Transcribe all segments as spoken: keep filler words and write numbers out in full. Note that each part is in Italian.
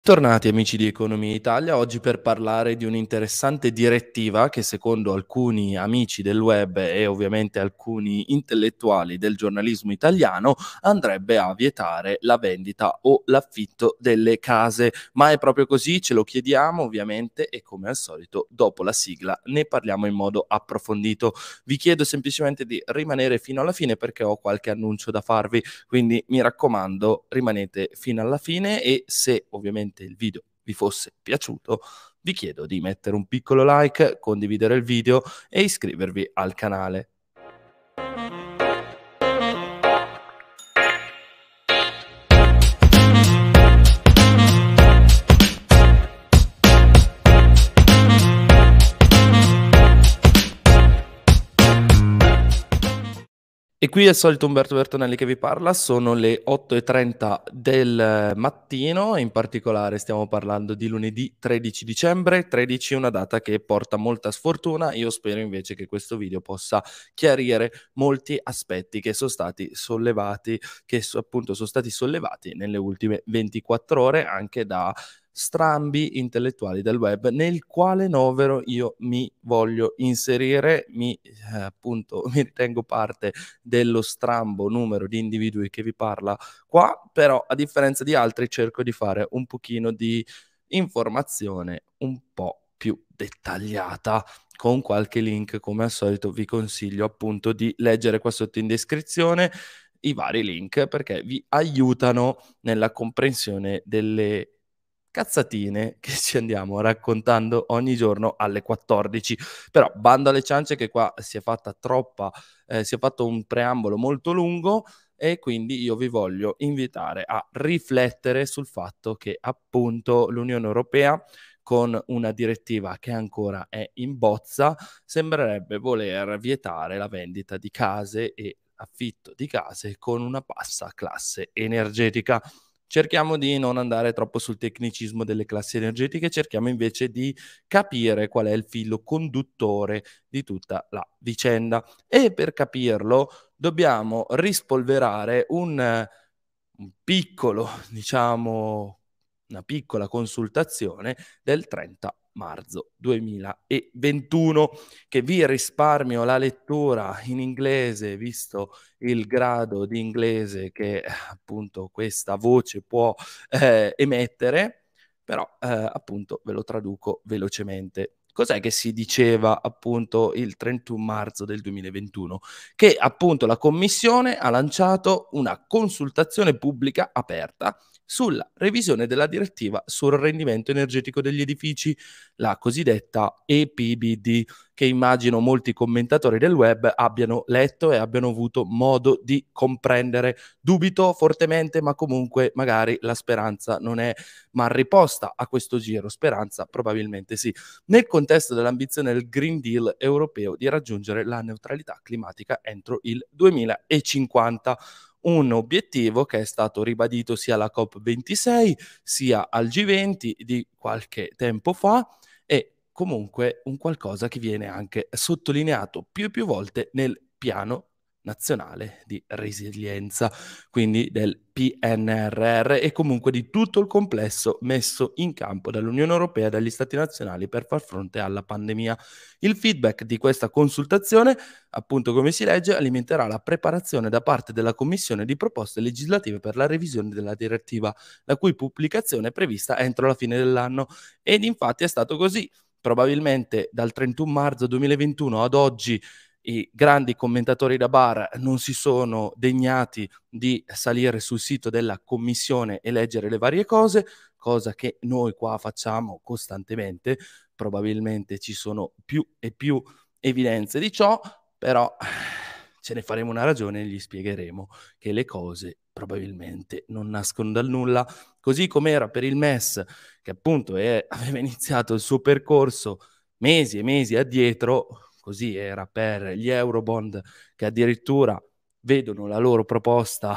Tornati amici di Economia Italia, oggi per parlare di un'interessante direttiva che secondo alcuni amici del web e ovviamente alcuni intellettuali del giornalismo italiano andrebbe a vietare la vendita o l'affitto delle case. Ma è proprio così? Ce lo chiediamo ovviamente e come al solito dopo la sigla ne parliamo in modo approfondito. Vi chiedo semplicemente di rimanere fino alla fine perché ho qualche annuncio da farvi, quindi mi raccomando rimanete fino alla fine e se ovviamente il video vi fosse piaciuto vi chiedo di mettere un piccolo like, condividere il video e iscrivervi al canale. E qui è il solito Umberto Bertonelli che vi parla, sono le otto e trenta del mattino e in particolare stiamo parlando di lunedì tredici dicembre, tredici è una data che porta molta sfortuna, io spero invece che questo video possa chiarire molti aspetti che sono stati sollevati, che so, appunto sono stati sollevati nelle ultime ventiquattro ore anche da strambi intellettuali del web, nel quale novero io mi voglio inserire, mi eh, appunto mi ritengo parte dello strambo numero di individui che vi parla qua, però a differenza di altri cerco di fare un pochino di informazione un po' più dettagliata. Con qualche link, come al solito, vi consiglio appunto di leggere qua sotto in descrizione i vari link perché vi aiutano nella comprensione delle cazzatine che ci andiamo raccontando ogni giorno alle quattordici. Però bando alle ciance che qua si è fatta troppa, eh, si è fatto un preambolo molto lungo e quindi io vi voglio invitare a riflettere sul fatto che appunto l'Unione Europea con una direttiva che ancora è in bozza sembrerebbe voler vietare la vendita di case e affitto di case con una bassa classe energetica. Cerchiamo di non andare troppo sul tecnicismo delle classi energetiche, cerchiamo invece di capire qual è il filo conduttore di tutta la vicenda e per capirlo dobbiamo rispolverare un, un piccolo, diciamo, una piccola consultazione del trenta marzo duemilaventuno che vi risparmio la lettura in inglese visto il grado di inglese che appunto questa voce può eh, emettere, però eh, appunto ve lo traduco velocemente. Cos'è che si diceva appunto il trentuno marzo del duemilaventuno? Che appunto la Commissione ha lanciato una consultazione pubblica aperta sulla revisione della direttiva sul rendimento energetico degli edifici, la cosiddetta E P B D, che immagino molti commentatori del web abbiano letto e abbiano avuto modo di comprendere. Dubito fortemente, ma comunque magari la speranza non è mal riposta a questo giro, speranza probabilmente sì, nel contesto dell'ambizione del Green Deal europeo di raggiungere la neutralità climatica entro il duemilacinquanta. Un obiettivo che è stato ribadito sia alla COP ventisei sia al G venti di qualche tempo fa e comunque un qualcosa che viene anche sottolineato più e più volte nel piano nazionale di resilienza, quindi del P N R R e comunque di tutto il complesso messo in campo dall'Unione Europea e dagli Stati nazionali per far fronte alla pandemia. Il feedback di questa consultazione, appunto come si legge, alimenterà la preparazione da parte della Commissione di proposte legislative per la revisione della direttiva, la cui pubblicazione è prevista entro la fine dell'anno. Ed infatti è stato così. Probabilmente dal trentuno marzo duemilaventuno ad oggi i grandi commentatori da bar non si sono degnati di salire sul sito della commissione e leggere le varie cose, cosa che noi qua facciamo costantemente. Probabilmente ci sono più e più evidenze di ciò, però ce ne faremo una ragione e gli spiegheremo che le cose probabilmente non nascono dal nulla, così come era per il M E S, che appunto è, aveva iniziato il suo percorso mesi e mesi addietro, così era per gli Eurobond che addirittura vedono la loro proposta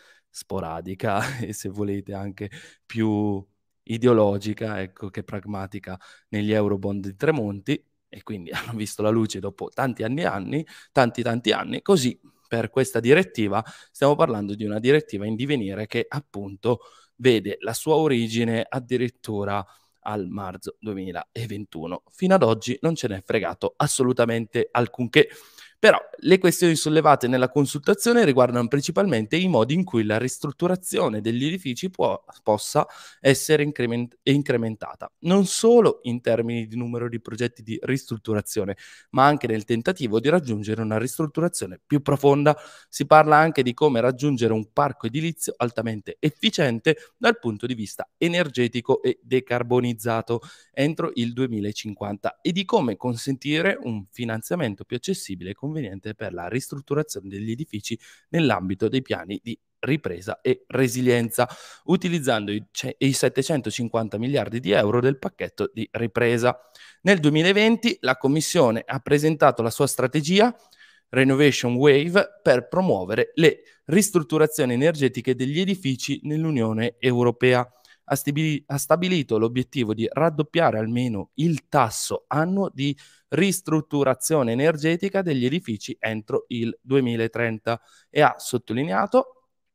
sporadica e se volete anche più ideologica, ecco, che pragmatica negli Eurobond di Tremonti e quindi hanno visto la luce dopo tanti anni e anni, tanti tanti anni, così per questa direttiva stiamo parlando di una direttiva in divenire che appunto vede la sua origine addirittura al marzo duemilaventuno. Fino ad oggi non ce n'è fregato assolutamente alcunché. Però le questioni sollevate nella consultazione riguardano principalmente i modi in cui la ristrutturazione degli edifici può, possa essere increment- incrementata, non solo in termini di numero di progetti di ristrutturazione, ma anche nel tentativo di raggiungere una ristrutturazione più profonda. Si parla anche di come raggiungere un parco edilizio altamente efficiente dal punto di vista energetico e decarbonizzato entro il duemilacinquanta e di come consentire un finanziamento più accessibile e conveniente per la ristrutturazione degli edifici nell'ambito dei piani di ripresa e resilienza, utilizzando i, i settecentocinquanta miliardi di euro del pacchetto di ripresa. Nel duemilaventi la Commissione ha presentato la sua strategia Renovation Wave per promuovere le ristrutturazioni energetiche degli edifici nell'Unione Europea. Ha, stibili- ha stabilito l'obiettivo di raddoppiare almeno il tasso annuo di ristrutturazione energetica degli edifici entro il duemilatrenta e ha sottolineato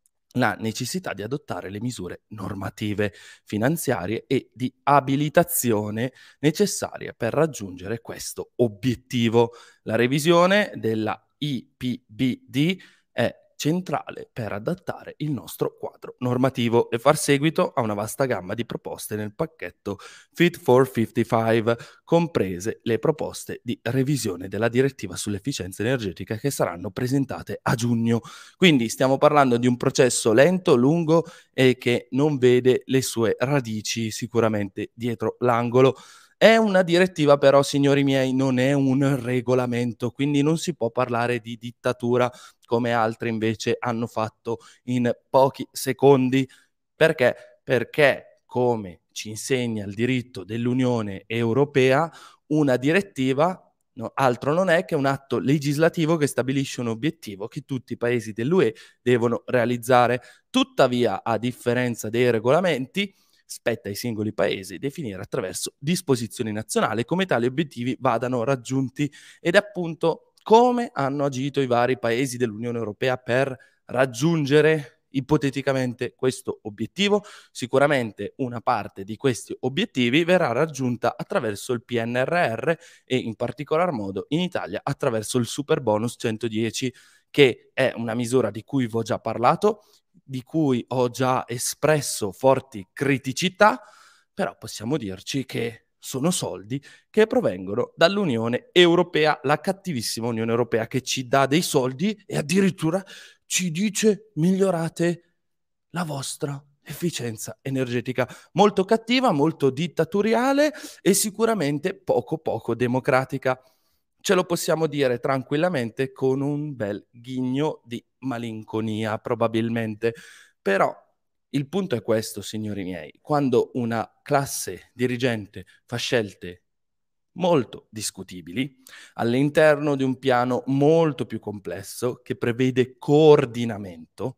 la necessità di adottare le misure normative, finanziarie e di abilitazione necessarie per raggiungere questo obiettivo. La revisione della I P B D è centrale per adattare il nostro quadro normativo e far seguito a una vasta gamma di proposte nel pacchetto Fit for cinquantacinque, comprese le proposte di revisione della direttiva sull'efficienza energetica che saranno presentate a giugno. Quindi stiamo parlando di un processo lento, lungo e che non vede le sue radici sicuramente dietro l'angolo. È una direttiva però, signori miei, non è un regolamento, quindi non si può parlare di dittatura come altri invece hanno fatto in pochi secondi. Perché? Perché, come ci insegna il diritto dell'Unione Europea, una direttiva no, altro non è che un atto legislativo che stabilisce un obiettivo che tutti i paesi dell'U E devono realizzare. Tuttavia, a differenza dei regolamenti, spetta ai singoli paesi definire attraverso disposizioni nazionali come tali obiettivi vadano raggiunti ed è appunto come hanno agito i vari paesi dell'Unione Europea per raggiungere ipoteticamente questo obiettivo. Sicuramente una parte di questi obiettivi verrà raggiunta attraverso il P N R R e in particolar modo in Italia attraverso il super bonus centodieci, che è una misura di cui vi ho già parlato, di cui ho già espresso forti criticità, però possiamo dirci che sono soldi che provengono dall'Unione Europea, la cattivissima Unione Europea che ci dà dei soldi e addirittura ci dice migliorate la vostra efficienza energetica. Molto cattiva, molto dittatoriale e sicuramente poco poco democratica. Ce lo possiamo dire tranquillamente con un bel ghigno di malinconia, probabilmente. Però il punto è questo, signori miei. Quando una classe dirigente fa scelte molto discutibili all'interno di un piano molto più complesso che prevede coordinamento,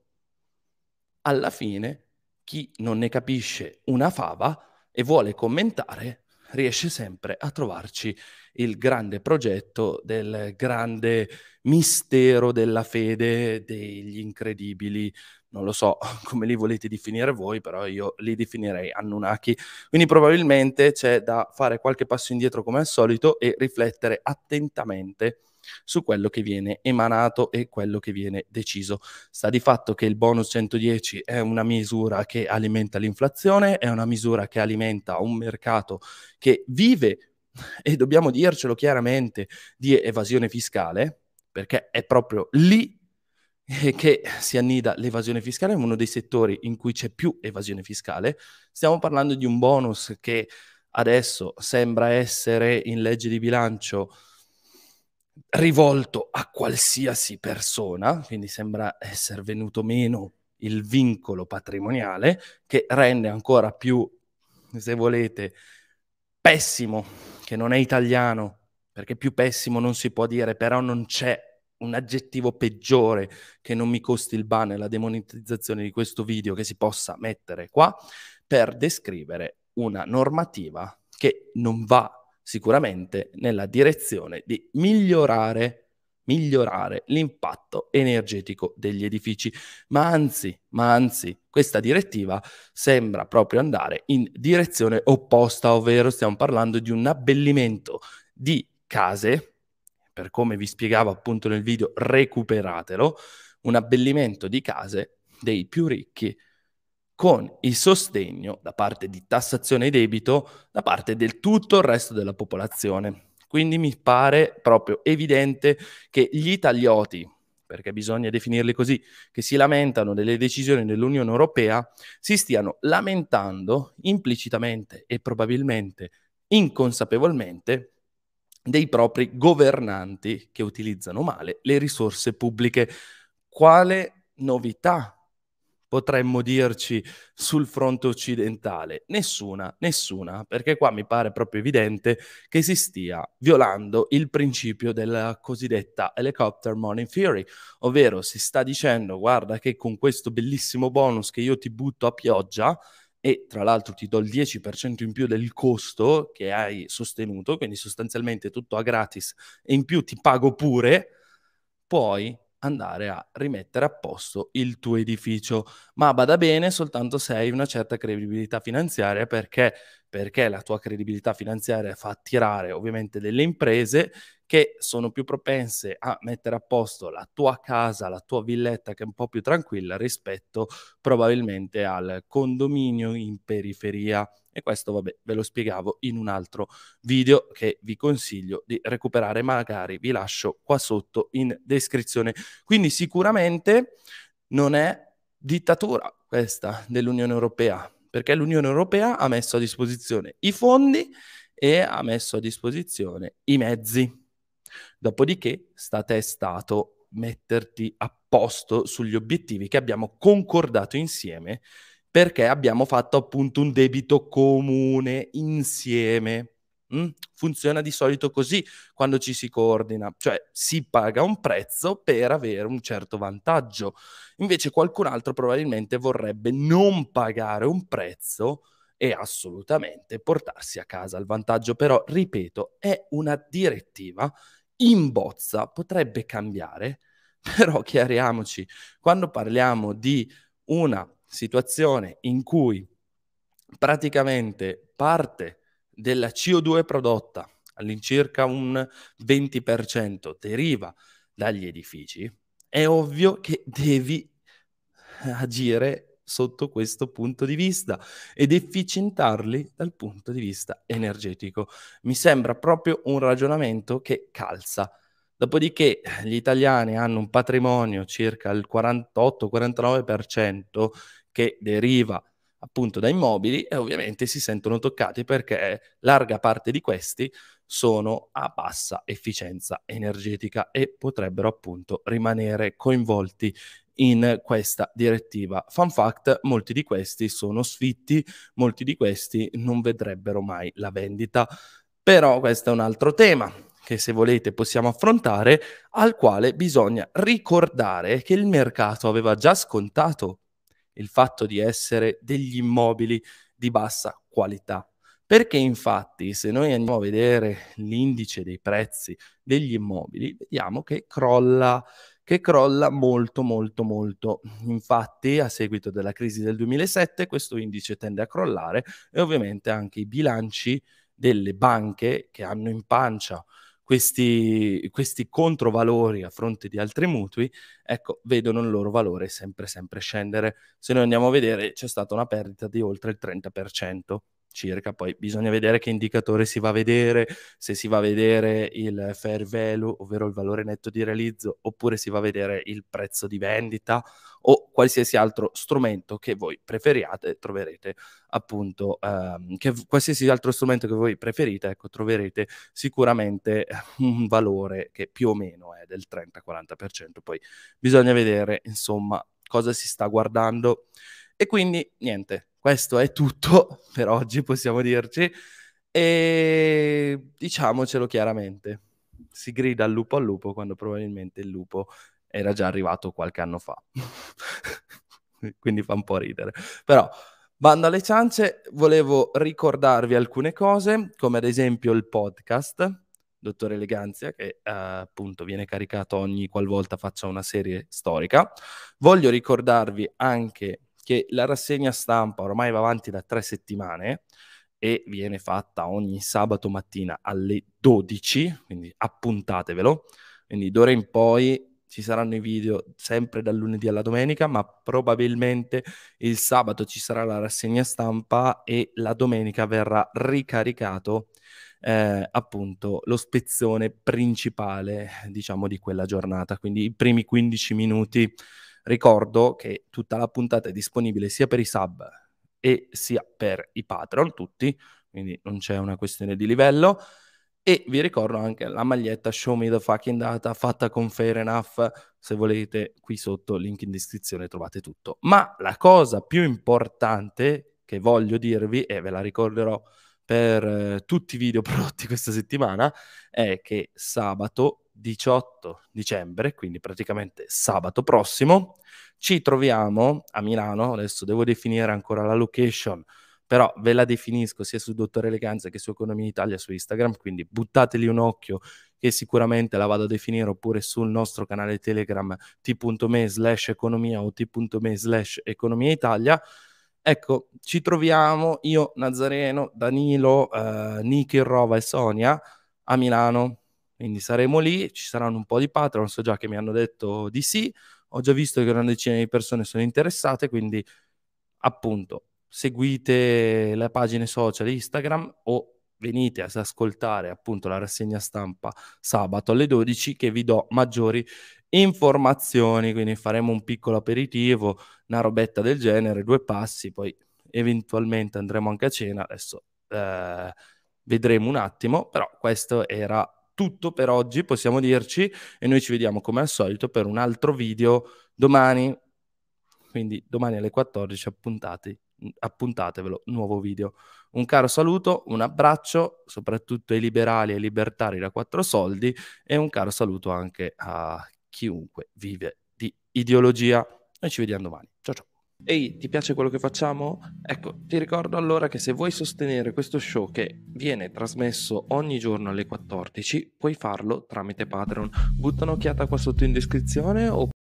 alla fine chi non ne capisce una fava e vuole commentare riesce sempre a trovarci il grande progetto del grande mistero della fede, degli incredibili, non lo so come li volete definire voi, però io li definirei Anunnaki. Quindi probabilmente c'è da fare qualche passo indietro come al solito e riflettere attentamente su quello che viene emanato e quello che viene deciso. Sta di fatto che il bonus centodieci è una misura che alimenta l'inflazione, è una misura che alimenta un mercato che vive, e dobbiamo dircelo chiaramente, di evasione fiscale, perché è proprio lì che si annida l'evasione fiscale, è uno dei settori in cui c'è più evasione fiscale. Stiamo parlando di un bonus che adesso sembra essere in legge di bilancio rivolto a qualsiasi persona, quindi sembra essere venuto meno il vincolo patrimoniale, che rende ancora più, se volete, pessimo, che non è italiano, perché più pessimo non si può dire, però non c'è un aggettivo peggiore che non mi costi il ban e la demonetizzazione di questo video che si possa mettere qua per descrivere una normativa che non va sicuramente nella direzione di migliorare migliorare l'impatto energetico degli edifici, ma anzi, ma anzi, questa direttiva sembra proprio andare in direzione opposta, ovvero stiamo parlando di un abbellimento di case, per come vi spiegavo appunto nel video, recuperatelo, un abbellimento di case dei più ricchi con il sostegno da parte di tassazione e debito da parte del tutto il resto della popolazione. Quindi mi pare proprio evidente che gli italioti, perché bisogna definirli così, che si lamentano delle decisioni dell'Unione Europea, si stiano lamentando implicitamente e probabilmente inconsapevolmente dei propri governanti che utilizzano male le risorse pubbliche. Quale novità potremmo dirci sul fronte occidentale? Nessuna, nessuna, perché qua mi pare proprio evidente che si stia violando il principio della cosiddetta helicopter money theory, ovvero si sta dicendo guarda che con questo bellissimo bonus che io ti butto a pioggia e tra l'altro ti do il dieci per cento in più del costo che hai sostenuto, quindi sostanzialmente tutto a gratis e in più ti pago pure, puoi andare a rimettere a posto il tuo edificio, ma bada bene soltanto se hai una certa credibilità finanziaria, perché perché la tua credibilità finanziaria fa attirare ovviamente delle imprese che sono più propense a mettere a posto la tua casa, la tua villetta che è un po' più tranquilla rispetto probabilmente al condominio in periferia. E questo, vabbè, ve lo spiegavo in un altro video che vi consiglio di recuperare, magari vi lascio qua sotto in descrizione. Quindi sicuramente non è dittatura questa dell'Unione Europea, perché l'Unione Europea ha messo a disposizione i fondi e ha messo a disposizione i mezzi. Dopodiché sta a te Stato metterti a posto sugli obiettivi che abbiamo concordato insieme, perché abbiamo fatto appunto un debito comune insieme. Mm? Funziona di solito così quando ci si coordina, cioè si paga un prezzo per avere un certo vantaggio. Invece qualcun altro probabilmente vorrebbe non pagare un prezzo e assolutamente portarsi a casa il vantaggio. Però, ripeto, è una direttiva in bozza, potrebbe cambiare, però chiariamoci, quando parliamo di una situazione in cui praticamente parte della C O due prodotta, all'incirca un venti per cento, deriva dagli edifici, è ovvio che devi agire sotto questo punto di vista ed efficientarli dal punto di vista energetico. Mi sembra proprio un ragionamento che calza. Dopodiché gli italiani hanno un patrimonio circa il quarantotto quarantanove per cento che deriva appunto da immobili e ovviamente si sentono toccati perché larga parte di questi sono a bassa efficienza energetica e potrebbero appunto rimanere coinvolti in questa direttiva. Fun fact, molti di questi sono sfitti, molti di questi non vedrebbero mai la vendita, però questo è un altro tema che se volete possiamo affrontare, al quale bisogna ricordare che il mercato aveva già scontato il fatto di essere degli immobili di bassa qualità. Perché infatti se noi andiamo a vedere l'indice dei prezzi degli immobili, vediamo che crolla, che crolla molto molto molto. Infatti a seguito della crisi del duemilasette questo indice tende a crollare e ovviamente anche i bilanci delle banche che hanno in pancia questi, questi controvalori a fronte di altri mutui, ecco, vedono il loro valore sempre sempre scendere. Se noi andiamo a vedere c'è stata una perdita di oltre il trenta per cento circa, poi bisogna vedere che indicatore si va a vedere, se si va a vedere il fair value, ovvero il valore netto di realizzo, oppure si va a vedere il prezzo di vendita o qualsiasi altro strumento che voi preferiate, troverete appunto, ehm, che qualsiasi altro strumento che voi preferite, ecco, troverete sicuramente un valore che più o meno è del trenta quaranta per cento. Poi bisogna vedere, insomma, cosa si sta guardando. E quindi, niente, questo è tutto per oggi, possiamo dirci. E diciamocelo chiaramente, si grida al lupo al lupo quando probabilmente il lupo era già arrivato qualche anno fa. Quindi fa un po' ridere. Però, bando alle ciance, volevo ricordarvi alcune cose, come ad esempio il podcast, Dottor Eleganzia, che eh, appunto viene caricato ogni qualvolta faccia una serie storica. Voglio ricordarvi anche che la rassegna stampa ormai va avanti da tre settimane e viene fatta ogni sabato mattina alle dodici, quindi appuntatevelo. Quindi d'ora in poi ci saranno i video sempre dal lunedì alla domenica, ma probabilmente il sabato ci sarà la rassegna stampa e la domenica verrà ricaricato eh, appunto lo spezzone principale, diciamo, di quella giornata. Quindi i primi quindici minuti. Ricordo che tutta la puntata è disponibile sia per i sub e sia per i Patreon, tutti, quindi non c'è una questione di livello. E vi ricordo anche la maglietta Show Me the Fucking Data fatta con Fair Enough. Se volete, qui sotto, link in descrizione, trovate tutto. Ma la cosa più importante che voglio dirvi, e ve la ricorderò per eh, tutti i video prodotti questa settimana, è che sabato diciotto dicembre, quindi praticamente sabato prossimo, ci troviamo a Milano. Adesso devo definire ancora la location, però ve la definisco sia su Dottor Eleganza che su Economia Italia su Instagram, quindi buttateli un occhio che sicuramente la vado a definire, oppure sul nostro canale Telegram t.me slash economia o t.me slash economia Italia. Ecco, ci troviamo io, Nazareno, Danilo, eh, Niki, Rova e Sonia a Milano, quindi saremo lì, ci saranno un po' di Patreon, so già che mi hanno detto di sì, ho già visto che una decina di persone sono interessate, quindi appunto seguite le pagine social Instagram o venite ad ascoltare appunto la rassegna stampa sabato alle dodici, che vi do maggiori informazioni. Quindi faremo un piccolo aperitivo, una robetta del genere, due passi, poi eventualmente andremo anche a cena. Adesso eh, vedremo un attimo, però questo era tutto per oggi, possiamo dirci, e noi ci vediamo come al solito per un altro video domani. Quindi domani alle quattordici appuntati, appuntatevelo, nuovo video. Un caro saluto, un abbraccio soprattutto ai liberali e ai libertari da quattro soldi, e un caro saluto anche a chiunque vive di ideologia. Noi ci vediamo domani. Ciao ciao. Ehi, ti piace quello che facciamo? Ecco, ti ricordo allora che se vuoi sostenere questo show, che viene trasmesso ogni giorno alle quattordici, puoi farlo tramite Patreon. Butta un'occhiata qua sotto in descrizione o